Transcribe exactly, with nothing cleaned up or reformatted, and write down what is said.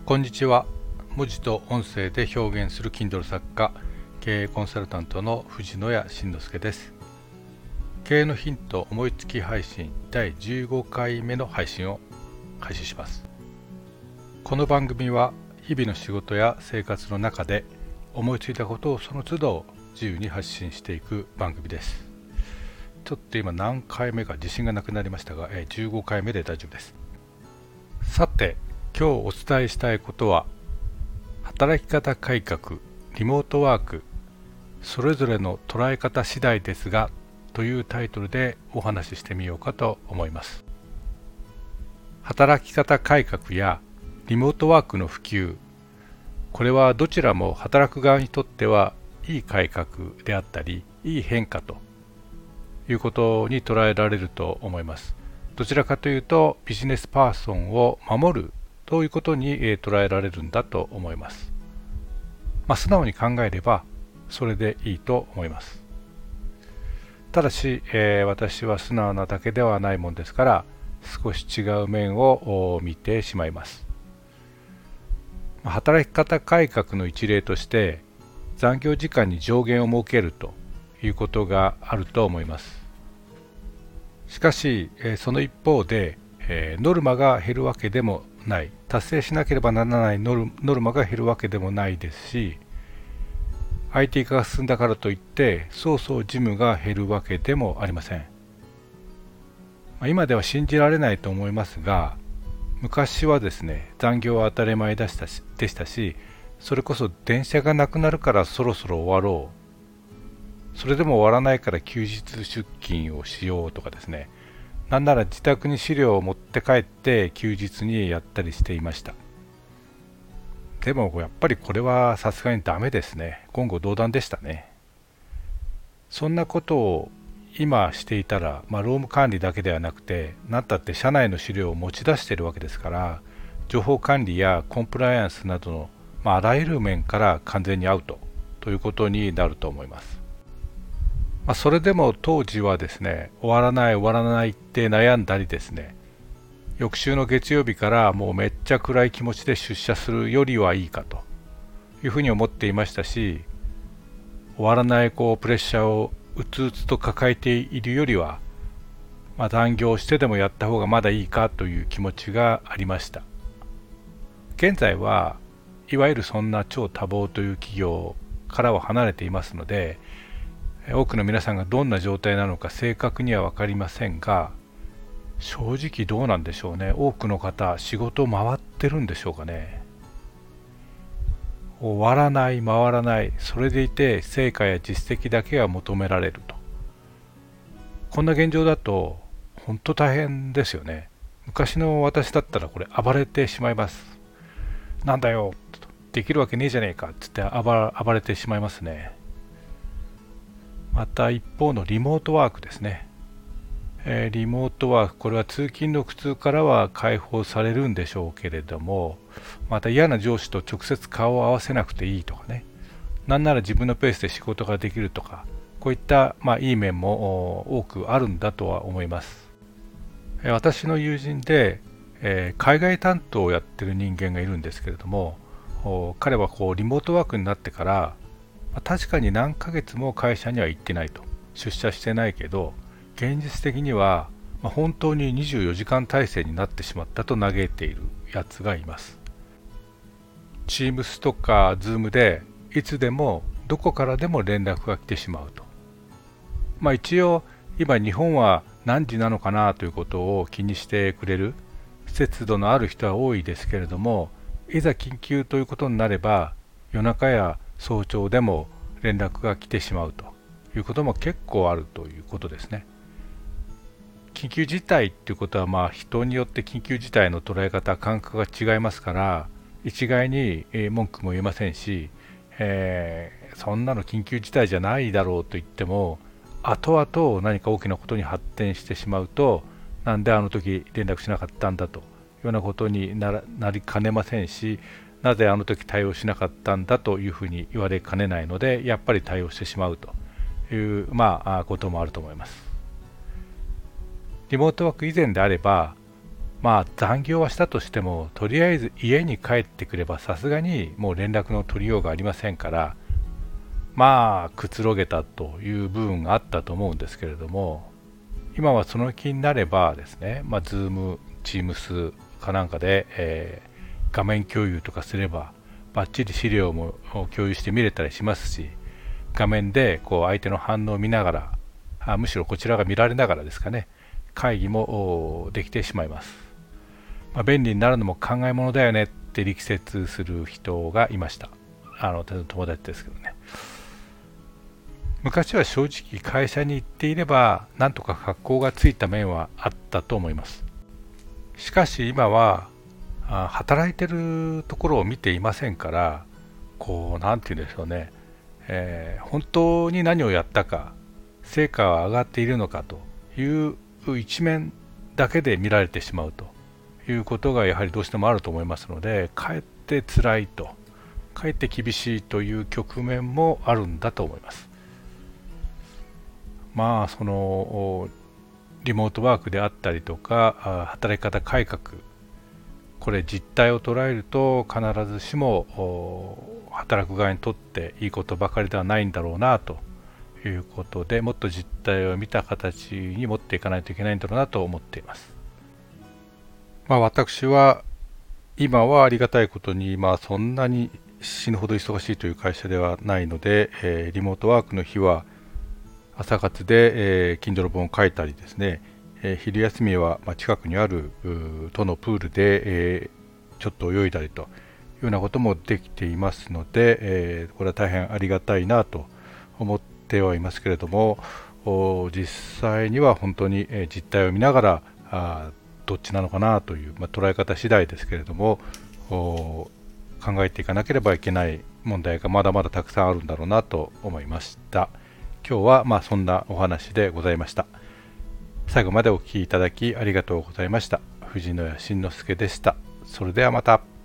こんにちは。文字と音声で表現する Kindle 作家、経営コンサルタントの藤野谷慎之介です。経営のヒント思いつき配信だいじゅうごかいめの配信を開始します。この番組は日々の仕事や生活の中で思いついたことをその都度自由に発信していく番組です。ちょっと今何回目か自信がなくなりましたが、じゅうごかいめで大丈夫です。さて、今日お伝えしたいことは、働き方改革、リモートワーク、それぞれの捉え方次第ですがというタイトルでお話ししてみようかと思います。働き方改革やリモートワークの普及、これはどちらも働く側にとってはいい改革であったり、いい変化ということに捉えられると思います。どちらかというとビジネスパーソンを守るということに捉えられるんだと思います。まあ、素直に考えればそれでいいと思います。ただし、えー、私は素直なだけではないもんですから少し違う面を見てしまいます。働き方改革の一例として残業時間に上限を設けるということがあると思います。しかし、その一方でノルマが減るわけでもない、達成しなければならないノル、ノルマが減るわけでもないですし、 アイティー 化が進んだからといってそうそう事務が減るわけでもありません。今では信じられないと思いますが、昔はですね、残業は当たり前でしたし、でしたし、それこそ電車がなくなるからそろそろ終わろう、それでも終わらないから休日出勤をしようとかですね、なんなら自宅に資料を持って帰って休日にやったりしていました。でもやっぱりこれはさすがにダメですね。言語道断でしたね。そんなことを今していたら、まあ、労務管理だけではなくて、何たって社内の資料を持ち出しているわけですから、情報管理やコンプライアンスなどの、まあ、あらゆる面から完全にアウトということになると思います。まあ、それでも当時はですね、終わらない終わらないって悩んだりですね、翌週の月曜日からもうめっちゃ暗い気持ちで出社するよりはいいかというふうに思っていましたし、終わらないこうプレッシャーをうつうつと抱えているよりは、まあ、残業してでもやった方がまだいいかという気持ちがありました。現在はいわゆるそんな超多忙という企業からは離れていますので、多くの皆さんがどんな状態なのか正確には分かりませんが、正直どうなんでしょうね。多くの方仕事回ってるんでしょうかね。終わらない回らない、それでいて成果や実績だけが求められると、こんな現状だと本当大変ですよね。昔の私だったらこれ暴れてしまいます。なんだよ、できるわけねえじゃねえかっつって暴暴れてしまいますね。また一方のリモートワークですね、えー、リモートワーク、これは通勤の苦痛からは解放されるんでしょうけれども、また嫌な上司と直接顔を合わせなくていいとかね、なんなら自分のペースで仕事ができるとか、こういった、まあ、いい面も多くあるんだとは思います。えー、私の友人で、えー、海外担当をやってる人間がいるんですけれども、彼はこうリモートワークになってから確かに何ヶ月も会社には行ってないと、出社してないけど現実的には本当ににじゅうよじかん体制になってしまったと嘆いているやつがいます。 Teams とか Zoom でいつでもどこからでも連絡が来てしまうと。まあ一応今日本は何時なのかなということを気にしてくれる節度のある人は多いですけれども、いざ緊急ということになれば夜中や早朝でも連絡が来てしまうということも結構あるということですね。緊急事態っていうことは、まあ人によって緊急事態の捉え方、感覚が違いますから、一概に文句も言えませんし、えー、そんなの緊急事態じゃないだろうと言っても、後々何か大きなことに発展してしまうと、なんであの時連絡しなかったんだというようなことになら、なりかねませんし、なぜあの時対応しなかったんだというふうに言われかねないので、やっぱり対応してしまうという、まあ、こともあると思います。リモートワーク以前であれば、 まあ残業はしたとしてもとりあえず家に帰ってくればさすがにもう連絡の取りようがありませんから、まあくつろげたという部分があったと思うんですけれども、今はその気になればですね、まあ Zoom、Teams かなんかで、えー画面共有とかすればバッチリ資料も共有して見れたりしますし、画面でこう相手の反応を見ながら、あむしろこちらが見られながらですかね、会議もできてしまいます。まあ、便利になるのも考えものだよねって力説する人がいました。あの友達ですけどね。昔は正直会社に行っていればなんとか格好がついた面はあったと思います。しかし今はあ働いてるところを見ていませんから、こうなんて言うんでしょうね、えー本当に何をやったか、成果は上がっているのかという一面だけで見られてしまうということがやはりどうしてもあると思いますので、かえって辛いと、かえって厳しいという局面もあるんだと思います。まあそのリモートワークであったりとか、あ働き方改革、これ実態を捉えると必ずしもお働く側にとっていいことばかりではないんだろうなということで、もっと実態を見た形に持っていかないといけないんだろうなと思っています。まあ私は今はありがたいことに、まあそんなに死ぬほど忙しいという会社ではないので、えーリモートワークの日は朝活で、えー Kindle 本を書いたりですね、えー昼休みは、まあ、近くにあるうー都のプールで、えーちょっと泳いだりというようなこともできていますので、えーこれは大変ありがたいなと思ってはいますけれども、お実際には本当に、えー実態を見ながらあーどっちなのかなという、まあ、捉え方次第ですけれども、お考えていかなければいけない問題がまだまだたくさんあるんだろうなと思いました。今日はまあそんなお話でございました。最後までお聞きいただきありがとうございました。藤野谷慎之介でした。それではまた。